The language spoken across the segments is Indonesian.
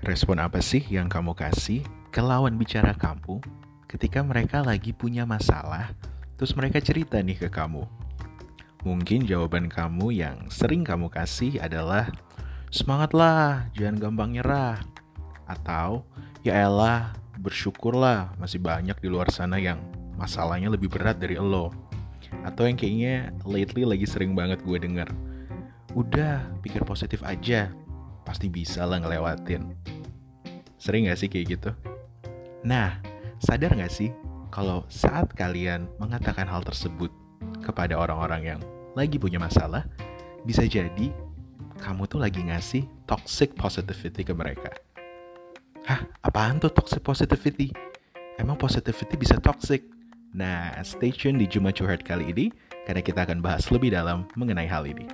Respon apa sih yang kamu kasih ke lawan bicara kamu ketika mereka lagi punya masalah, terus mereka cerita nih ke kamu? Mungkin jawaban kamu yang sering kamu kasih adalah, "Semangatlah, jangan gampang nyerah." Atau, "Ya elah, bersyukurlah, masih banyak di luar sana yang masalahnya lebih berat dari elo." Atau yang kayaknya lately lagi sering banget gue denger, "Udah, pikir positif aja, pasti bisa lah ngelewatin." Sering gak sih kayak gitu? Nah, sadar gak sih kalau saat kalian mengatakan hal tersebut kepada orang-orang yang lagi punya masalah, bisa jadi kamu tuh lagi ngasih toxic positivity ke mereka. Hah? Apaan tuh toxic positivity? Emang positivity bisa toxic? Nah, stay tune di Jumat Curhat kali ini, karena kita akan bahas lebih dalam mengenai hal ini.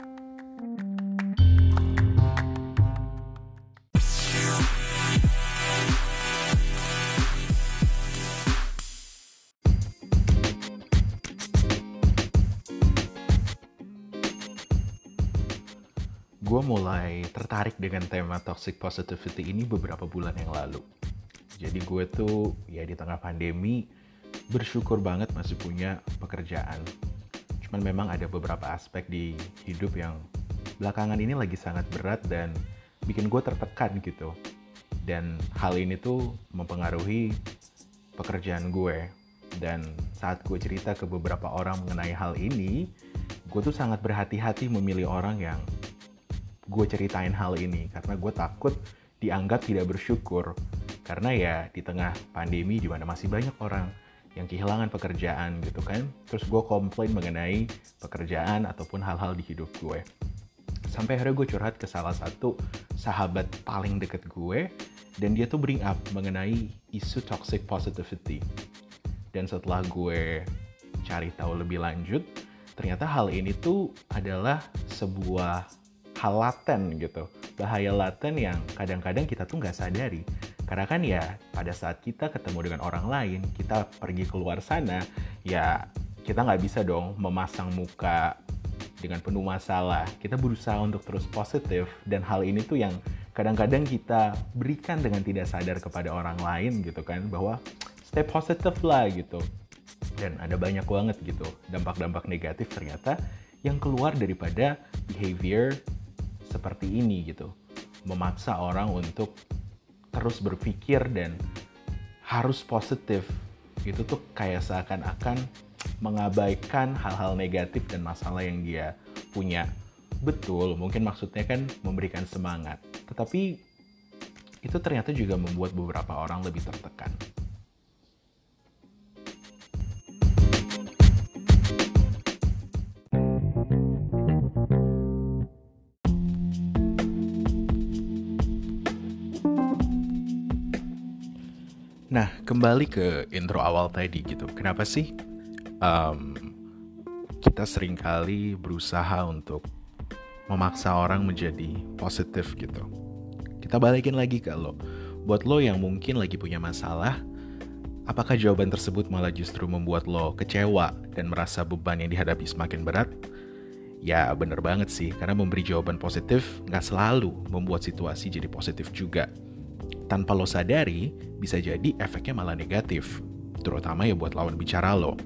Gue mulai tertarik dengan tema toxic positivity ini beberapa bulan yang lalu. Jadi gue tuh ya di tengah pandemi bersyukur banget masih punya pekerjaan. Cuman memang ada beberapa aspek di hidup yang belakangan ini lagi sangat berat dan bikin gue tertekan gitu. Dan hal ini tuh mempengaruhi pekerjaan gue. Dan saat gue cerita ke beberapa orang mengenai hal ini, gue tuh sangat berhati-hati memilih orang yang gue ceritain hal ini, karena gue takut dianggap tidak bersyukur. Karena ya di tengah pandemi di mana masih banyak orang yang kehilangan pekerjaan gitu kan. Terus gue komplain mengenai pekerjaan ataupun hal-hal di hidup gue. Sampai akhirnya gue curhat ke salah satu sahabat paling deket gue, dan dia tuh bring up mengenai isu toxic positivity. Dan setelah gue cari tahu lebih lanjut, ternyata hal ini tuh adalah sebuah hal laten gitu, bahaya laten yang kadang-kadang kita tuh nggak sadari. Karena kan ya pada saat kita ketemu dengan orang lain, kita pergi keluar sana, ya kita nggak bisa dong memasang muka dengan penuh masalah. Kita berusaha untuk terus positif, dan hal ini tuh yang kadang-kadang kita berikan dengan tidak sadar kepada orang lain gitu kan, bahwa stay positive lah gitu. Dan ada banyak banget gitu dampak-dampak negatif ternyata yang keluar daripada behavior seperti ini gitu. Memaksa orang untuk terus berpikir dan harus positif. Itu tuh kayak seakan-akan mengabaikan hal-hal negatif dan masalah yang dia punya. Betul, mungkin maksudnya kan memberikan semangat. Tetapi itu ternyata juga membuat beberapa orang lebih tertekan. Nah, kembali ke intro awal tadi gitu. Kenapa sih kita seringkali berusaha untuk memaksa orang menjadi positif gitu? Kita balikin lagi ke lo. Buat lo yang mungkin lagi punya masalah, apakah jawaban tersebut malah justru membuat lo kecewa dan merasa beban yang dihadapi semakin berat? Ya bener banget sih, karena memberi jawaban positif gak selalu membuat situasi jadi positif juga. Tanpa lo sadari, bisa jadi efeknya malah negatif, terutama ya buat lawan bicara lo.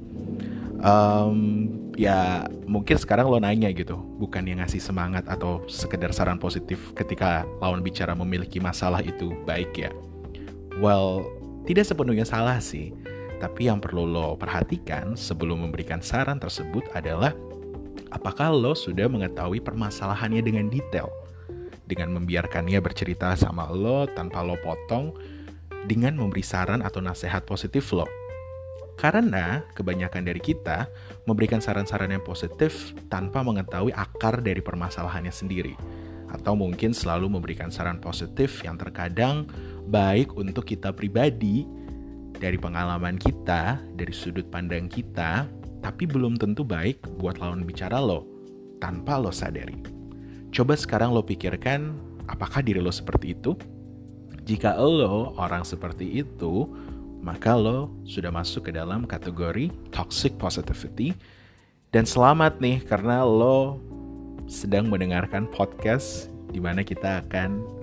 Ya mungkin sekarang lo nanya gitu, bukan yang ngasih semangat atau sekedar saran positif ketika lawan bicara memiliki masalah itu baik ya. Well, tidak sepenuhnya salah sih, tapi yang perlu lo perhatikan sebelum memberikan saran tersebut adalah apakah lo sudah mengetahui permasalahannya dengan detail, dengan membiarkannya bercerita sama lo tanpa lo potong, dengan memberi saran atau nasihat positif lo. Karena kebanyakan dari kita memberikan saran-saran yang positif tanpa mengetahui akar dari permasalahannya sendiri. Atau mungkin selalu memberikan saran positif yang terkadang baik untuk kita pribadi, dari pengalaman kita, dari sudut pandang kita, tapi belum tentu baik buat lawan bicara lo, tanpa lo sadari. Coba sekarang lo pikirkan, apakah diri lo seperti itu? Jika lo orang seperti itu, maka lo sudah masuk ke dalam kategori toxic positivity. Dan selamat nih, karena lo sedang mendengarkan podcast di mana kita akan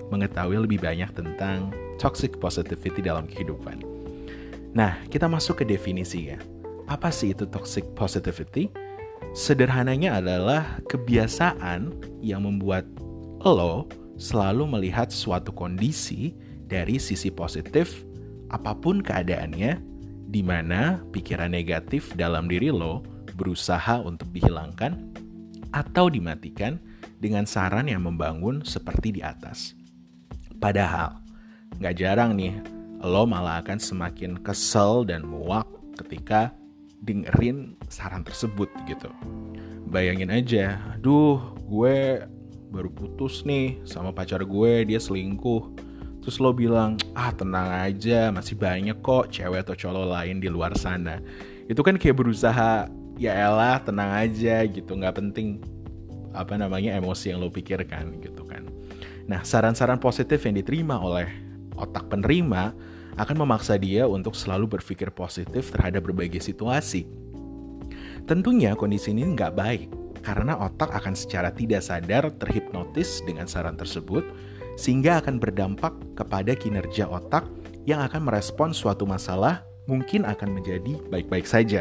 mengetahui lebih banyak tentang toxic positivity dalam kehidupan. Nah, kita masuk ke definisinya. Apa sih itu toxic positivity? Sederhananya adalah kebiasaan yang membuat lo selalu melihat suatu kondisi dari sisi positif apapun keadaannya, di mana pikiran negatif dalam diri lo berusaha untuk dihilangkan atau dimatikan dengan saran yang membangun seperti di atas. Padahal, gak jarang nih, lo malah akan semakin kesel dan muak ketika dengerin saran tersebut gitu. Bayangin aja, aduh gue baru putus nih sama pacar gue, dia selingkuh. Terus lo bilang, tenang aja, masih banyak kok cewek atau cowok lain di luar sana. Itu kan kayak berusaha, ya elah tenang aja gitu, gak penting emosi yang lo pikirkan gitu kan. Nah, saran-saran positif yang diterima oleh otak penerima akan memaksa dia untuk selalu berpikir positif terhadap berbagai situasi. Tentunya kondisi ini nggak baik, karena otak akan secara tidak sadar terhipnotis dengan saran tersebut, sehingga akan berdampak kepada kinerja otak yang akan merespon suatu masalah mungkin akan menjadi baik-baik saja.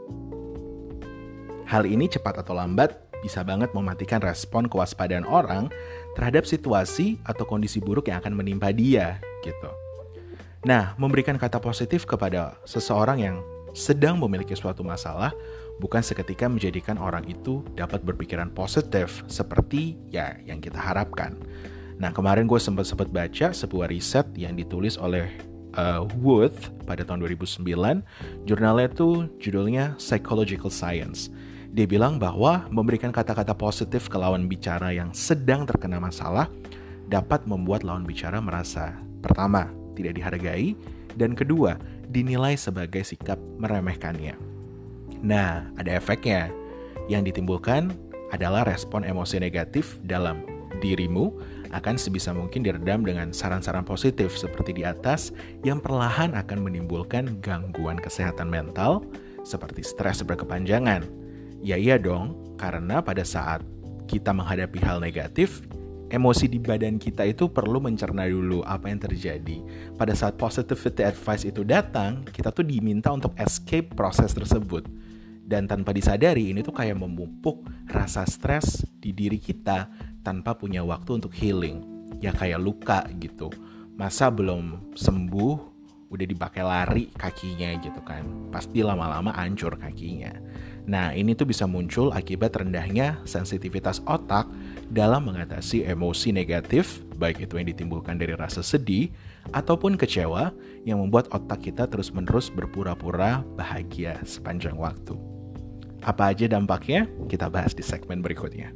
Hal ini cepat atau lambat bisa banget mematikan respon kewaspadaan orang terhadap situasi atau kondisi buruk yang akan menimpa dia, gitu. Nah, memberikan kata positif kepada seseorang yang sedang memiliki suatu masalah bukan seketika menjadikan orang itu dapat berpikiran positif seperti yang kita harapkan. Nah, kemarin gue sempat baca sebuah riset yang ditulis oleh Wood pada tahun 2009. Jurnalnya itu judulnya Psychological Science. Dia bilang bahwa memberikan kata-kata positif ke lawan bicara yang sedang terkena masalah dapat membuat lawan bicara merasa, pertama, tidak dihargai, dan kedua, dinilai sebagai sikap meremehkannya. Nah, ada efeknya. Yang ditimbulkan adalah respon emosi negatif dalam dirimu akan sebisa mungkin diredam dengan saran-saran positif seperti di atas yang perlahan akan menimbulkan gangguan kesehatan mental seperti stres berkepanjangan. Ya iya dong, karena pada saat kita menghadapi hal negatif, emosi di badan kita itu perlu mencerna dulu apa yang terjadi. Pada saat positivity advice itu datang, kita tuh diminta untuk escape proses tersebut. Dan tanpa disadari, ini tuh kayak memupuk rasa stres di diri kita tanpa punya waktu untuk healing. Ya kayak luka gitu. Masa belum sembuh, udah dipakai lari kakinya gitu kan. Pasti lama-lama hancur kakinya. Nah, ini tuh bisa muncul akibat rendahnya sensitivitas otak dalam mengatasi emosi negatif, baik itu yang ditimbulkan dari rasa sedih ataupun kecewa yang membuat otak kita terus-menerus berpura-pura bahagia sepanjang waktu. Apa aja dampaknya? Kita bahas di segmen berikutnya.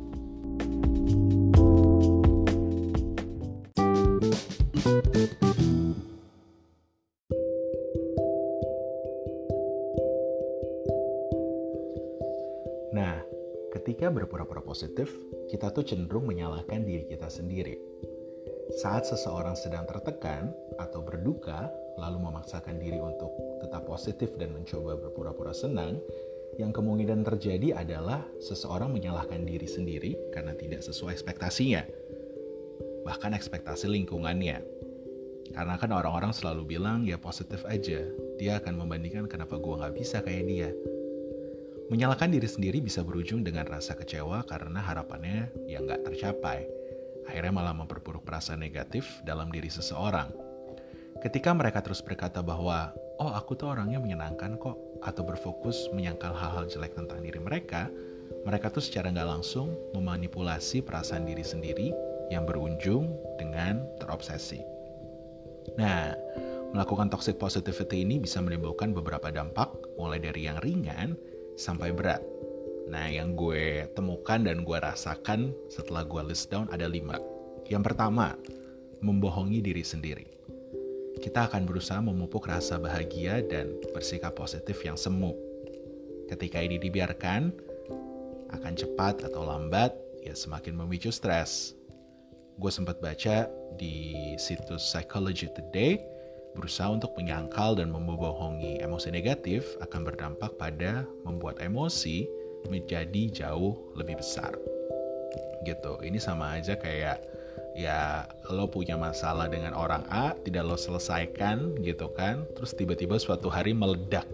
Nah, ketika berpura-pura positif, kita tuh cenderung menyalahkan diri kita sendiri. Saat seseorang sedang tertekan atau berduka, lalu memaksakan diri untuk tetap positif dan mencoba berpura-pura senang, yang kemungkinan terjadi adalah seseorang menyalahkan diri sendiri karena tidak sesuai ekspektasinya. Bahkan ekspektasi lingkungannya. Karena kan orang-orang selalu bilang, ya positif aja. Dia akan membandingkan kenapa gue gak bisa kayak dia. Menyalahkan diri sendiri bisa berujung dengan rasa kecewa karena harapannya yang gak tercapai. Akhirnya malah memperburuk perasaan negatif dalam diri seseorang. Ketika mereka terus berkata bahwa, aku tuh orangnya menyenangkan kok, atau berfokus menyangkal hal-hal jelek tentang diri mereka tuh secara gak langsung memanipulasi perasaan diri sendiri yang berujung dengan terobsesi. Nah, melakukan toxic positivity ini bisa menimbulkan beberapa dampak, mulai dari yang ringan sampai berat. Nah, yang gue temukan dan gue rasakan setelah gue list down ada 5. Yang pertama, membohongi diri sendiri. Kita akan berusaha memupuk rasa bahagia dan bersikap positif yang semu. Ketika ini dibiarkan, akan cepat atau lambat, ya semakin memicu stres. Gue sempat baca di situs Psychology Today, berusaha untuk menyangkal dan membohongi emosi negatif akan berdampak pada membuat emosi menjadi jauh lebih besar. Gitu, ini sama aja kayak Ya, lo punya masalah dengan orang A, tidak lo selesaikan gitu kan, terus tiba-tiba suatu hari meledak.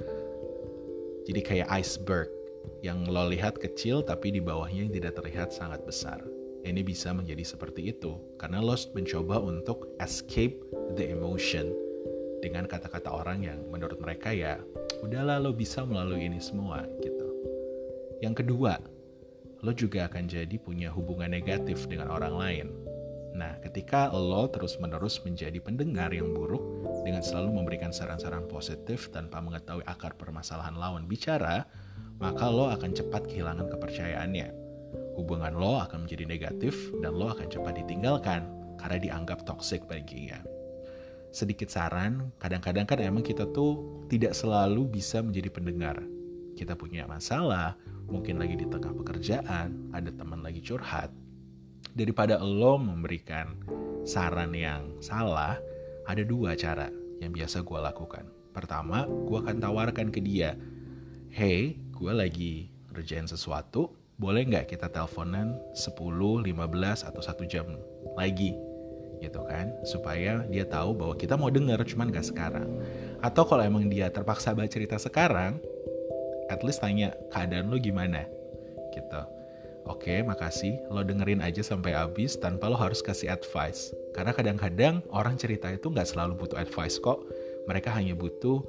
Jadi kayak iceberg, yang lo lihat kecil tapi di bawahnya yang tidak terlihat sangat besar. Ini bisa menjadi seperti itu, karena lo mencoba untuk escape the emotion dengan kata-kata orang yang menurut mereka ya, udahlah lo bisa melalui ini semua gitu. Yang kedua, lo juga akan jadi punya hubungan negatif dengan orang lain. Nah, ketika lo terus-menerus menjadi pendengar yang buruk dengan selalu memberikan saran-saran positif tanpa mengetahui akar permasalahan lawan bicara, maka lo akan cepat kehilangan kepercayaannya. Hubungan lo akan menjadi negatif dan lo akan cepat ditinggalkan karena dianggap toksik baginya. Sedikit saran, kadang-kadang kan emang kita tuh tidak selalu bisa menjadi pendengar. Kita punya masalah, mungkin lagi di tengah pekerjaan, ada teman lagi curhat. Daripada lo memberikan saran yang salah, ada dua cara yang biasa gue lakukan. Pertama, gue akan tawarkan ke dia, hey, gue lagi ngerjain sesuatu, boleh nggak kita teleponan 10, 15, atau 1 jam lagi? Gitu kan, supaya dia tahu bahwa kita mau denger, cuman gak sekarang. Atau kalau emang dia terpaksa baca cerita sekarang, at least tanya, keadaan lo gimana? Gitu. Oke, makasih, lo dengerin aja sampai habis tanpa lo harus kasih advice. Karena kadang-kadang orang cerita itu gak selalu butuh advice kok. Mereka hanya butuh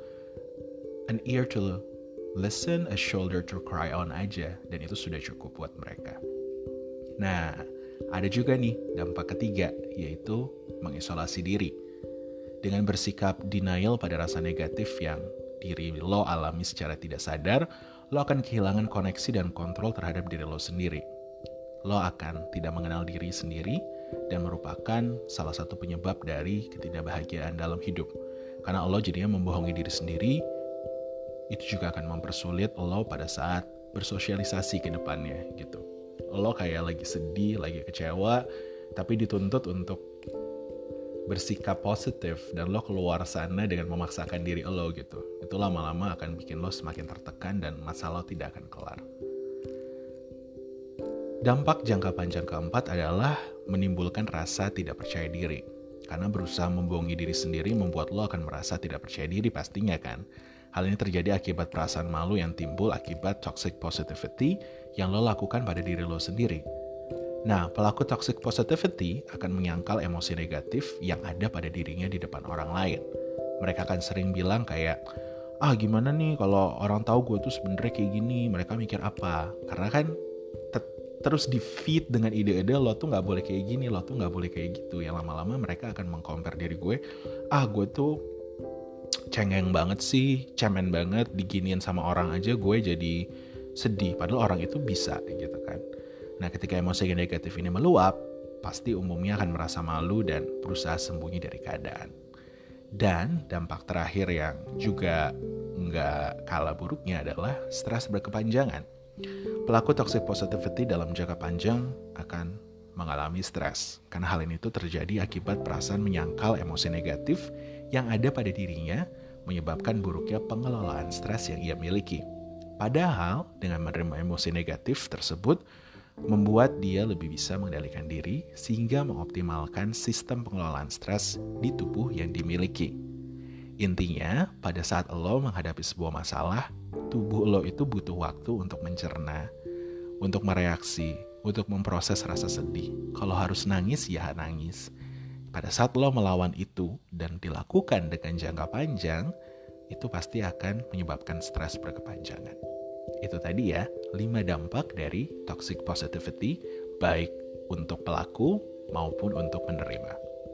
an ear to listen, a shoulder to cry on aja. Dan itu sudah cukup buat mereka. Nah, ada juga nih dampak ketiga, yaitu mengisolasi diri. Dengan bersikap denial pada rasa negatif yang diri lo alami secara tidak sadar, lo akan kehilangan koneksi dan kontrol terhadap diri lo sendiri. Lo akan tidak mengenal diri sendiri dan merupakan salah satu penyebab dari ketidakbahagiaan dalam hidup. Karena lo jadinya membohongi diri sendiri, itu juga akan mempersulit lo pada saat bersosialisasi ke depannya gitu. Lo kayak lagi sedih, lagi kecewa, tapi dituntut untuk bersikap positif dan lo keluar sana dengan memaksakan diri lo gitu. Itu lama-lama akan bikin lo semakin tertekan dan masalah lo tidak akan kelar. Dampak jangka panjang keempat adalah menimbulkan rasa tidak percaya diri. Karena berusaha membohongi diri sendiri membuat lo akan merasa tidak percaya diri pastinya kan. Hal ini terjadi akibat perasaan malu yang timbul akibat toxic positivity yang lo lakukan pada diri lo sendiri. Nah, pelaku toxic positivity akan menyangkal emosi negatif yang ada pada dirinya di depan orang lain. Mereka akan sering bilang kayak, gimana nih kalau orang tahu gue tuh sebenarnya kayak gini, mereka mikir apa? Karena kan terus di-feed dengan ide-ide lo tuh gak boleh kayak gini, lo tuh gak boleh kayak gitu. Yang lama-lama mereka akan meng-compare diri gue, gue tuh cengeng banget sih, cemen banget, diginiin sama orang aja gue jadi sedih. Padahal orang itu bisa gitu kan. Nah, ketika emosi negatif ini meluap, pasti umumnya akan merasa malu dan berusaha sembunyi dari keadaan. Dan dampak terakhir yang juga nggak kalah buruknya adalah stres berkepanjangan. Pelaku toxic positivity dalam jangka panjang akan mengalami stres, karena hal ini tuh terjadi akibat perasaan menyangkal emosi negatif yang ada pada dirinya, menyebabkan buruknya pengelolaan stres yang ia miliki. Padahal, dengan menerima emosi negatif tersebut, membuat dia lebih bisa mengendalikan diri sehingga mengoptimalkan sistem pengelolaan stres di tubuh yang dimiliki. Intinya, pada saat lo menghadapi sebuah masalah, tubuh lo itu butuh waktu untuk mencerna, untuk mereaksi, untuk memproses rasa sedih. Kalau harus nangis, ya nangis. Pada saat lo melawan itu dan dilakukan dengan jangka panjang, itu pasti akan menyebabkan stres berkepanjangan. Itu tadi ya, 5 dampak dari toxic positivity, baik untuk pelaku maupun untuk penerima.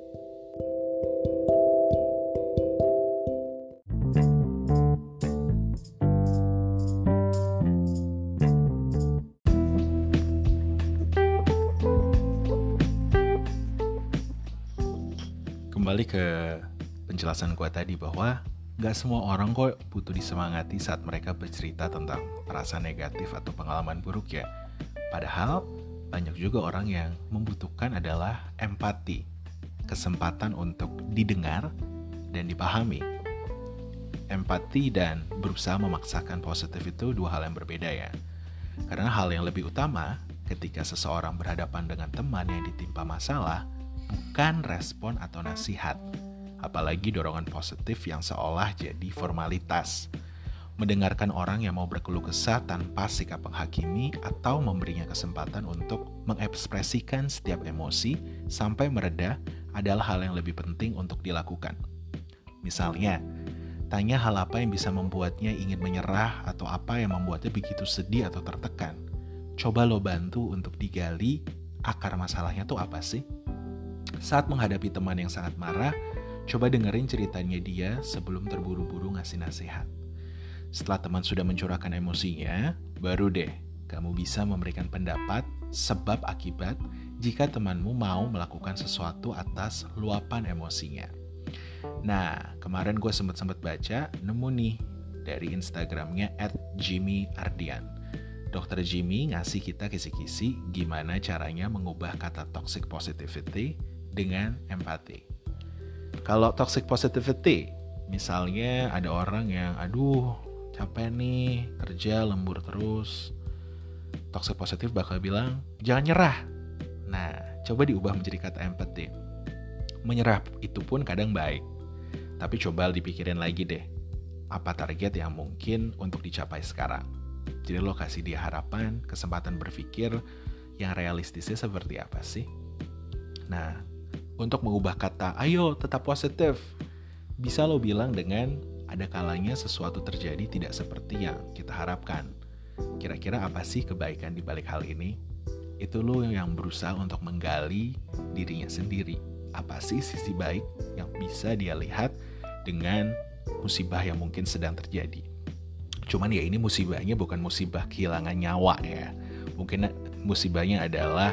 Kembali ke penjelasan gue tadi bahwa gak semua orang kok butuh disemangati saat mereka bercerita tentang perasaan negatif atau pengalaman buruk ya. Padahal banyak juga orang yang membutuhkan adalah empati, kesempatan untuk didengar dan dipahami. Empati dan berusaha memaksakan positif itu dua hal yang berbeda ya. Karena hal yang lebih utama ketika seseorang berhadapan dengan teman yang ditimpa masalah, bukan respon atau nasihat, apalagi dorongan positif yang seolah jadi formalitas. Mendengarkan orang yang mau berkeluh kesah tanpa sikap menghakimi atau memberinya kesempatan untuk mengekspresikan setiap emosi sampai mereda adalah hal yang lebih penting untuk dilakukan. Misalnya, tanya hal apa yang bisa membuatnya ingin menyerah atau apa yang membuatnya begitu sedih atau tertekan. Coba lo bantu untuk digali akar masalahnya tuh apa sih? Saat menghadapi teman yang sangat marah, coba dengerin ceritanya dia sebelum terburu-buru ngasih nasihat. Setelah teman sudah mencurahkan emosinya, baru deh kamu bisa memberikan pendapat sebab akibat jika temanmu mau melakukan sesuatu atas luapan emosinya. Nah, kemarin gue sempat baca, nemu nih dari Instagramnya @jimmyardian. Dr. Jimmy ngasih kita kisi-kisi gimana caranya mengubah kata toxic positivity dengan empati. Kalau toxic positivity, misalnya ada orang yang capek nih, kerja lembur terus. Toxic positif bakal bilang, jangan nyerah. Nah, coba diubah menjadi kata empathy. Menyerah itu pun kadang baik. Tapi coba dipikirin lagi deh, apa target yang mungkin untuk dicapai sekarang. Jadi lo kasih dia harapan, kesempatan berpikir yang realistisnya seperti apa sih. Nah, untuk mengubah kata, ayo tetap positif, bisa lo bilang dengan ada kalanya sesuatu terjadi tidak seperti yang kita harapkan. Kira-kira apa sih kebaikan di balik hal ini? Itu lo yang berusaha untuk menggali dirinya sendiri. Apa sih sisi baik yang bisa dia lihat dengan musibah yang mungkin sedang terjadi? Cuman ya ini musibahnya bukan musibah kehilangan nyawa ya. Mungkin musibahnya adalah,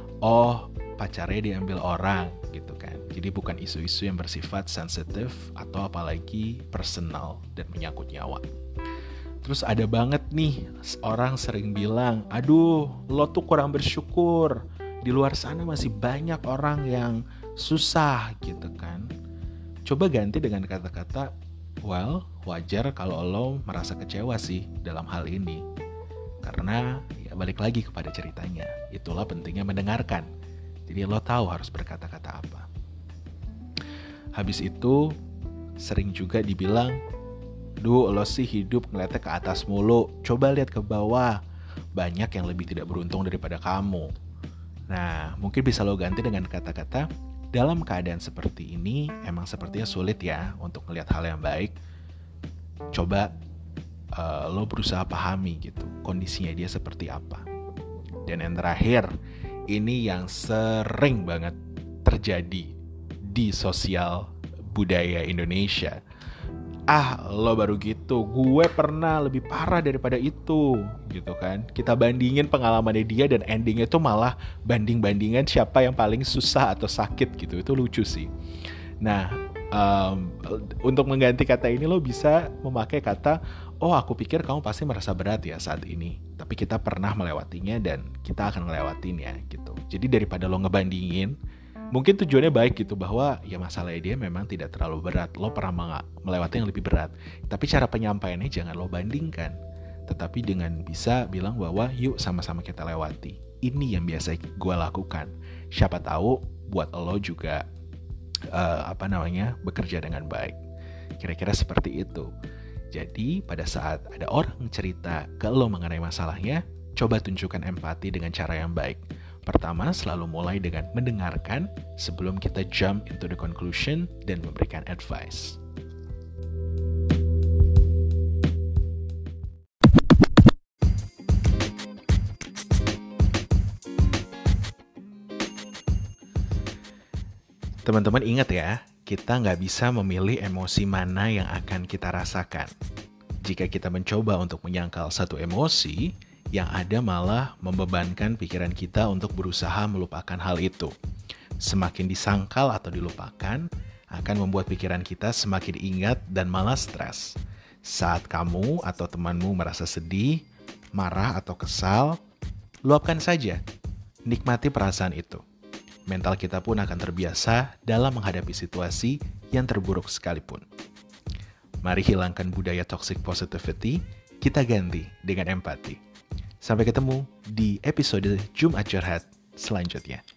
pacarnya diambil orang gitu kan. Jadi bukan isu-isu yang bersifat sensitif atau apalagi personal dan menyangkut nyawa. Terus ada banget nih orang sering bilang, lo tuh kurang bersyukur. Di luar sana masih banyak orang yang susah gitu kan. Coba ganti dengan kata-kata, wajar kalau lo merasa kecewa sih dalam hal ini. Karena ya balik lagi kepada ceritanya. Itulah pentingnya mendengarkan. Jadi lo tahu harus berkata-kata apa. Habis itu sering juga dibilang, lo sih hidup ngeliatnya ke atas mulu. Coba lihat ke bawah. Banyak yang lebih tidak beruntung daripada kamu. Nah, mungkin bisa lo ganti dengan kata-kata, dalam keadaan seperti ini emang sepertinya sulit ya untuk melihat hal yang baik. Coba lo berusaha pahami gitu kondisinya dia seperti apa. Dan yang terakhir, ini yang sering banget terjadi di sosial budaya Indonesia. Lo baru gitu, gue pernah lebih parah daripada itu gitu kan. Kita bandingin pengalamannya dia dan endingnya tuh malah banding-bandingan siapa yang paling susah atau sakit gitu. Itu lucu sih. Nah, untuk mengganti kata ini lo bisa memakai kata, aku pikir kamu pasti merasa berat ya saat ini, tapi kita pernah melewatinya dan kita akan melewatinya gitu. Jadi daripada lo ngebandingin, mungkin tujuannya baik gitu, bahwa ya masalahnya dia memang tidak terlalu berat, lo pernah melewati yang lebih berat, tapi cara penyampaiannya jangan lo bandingkan, tetapi dengan bisa bilang bahwa yuk sama-sama kita lewati. Ini yang biasa gue lakukan. Siapa tahu buat lo juga bekerja dengan baik. Kira-kira seperti itu. Jadi pada saat ada orang cerita ke lo mengenai masalahnya, coba tunjukkan empati dengan cara yang baik. Pertama, selalu mulai dengan mendengarkan sebelum kita jump into the conclusion dan memberikan advice. Teman-teman ingat ya, kita nggak bisa memilih emosi mana yang akan kita rasakan. Jika kita mencoba untuk menyangkal satu emosi, yang ada malah membebankan pikiran kita untuk berusaha melupakan hal itu. Semakin disangkal atau dilupakan, akan membuat pikiran kita semakin ingat dan malah stres. Saat kamu atau temanmu merasa sedih, marah atau kesal, luapkan saja. Nikmati perasaan itu. Mental kita pun akan terbiasa dalam menghadapi situasi yang terburuk sekalipun. Mari hilangkan budaya toxic positivity, kita ganti dengan empati. Sampai ketemu di episode Jumat Curhat selanjutnya.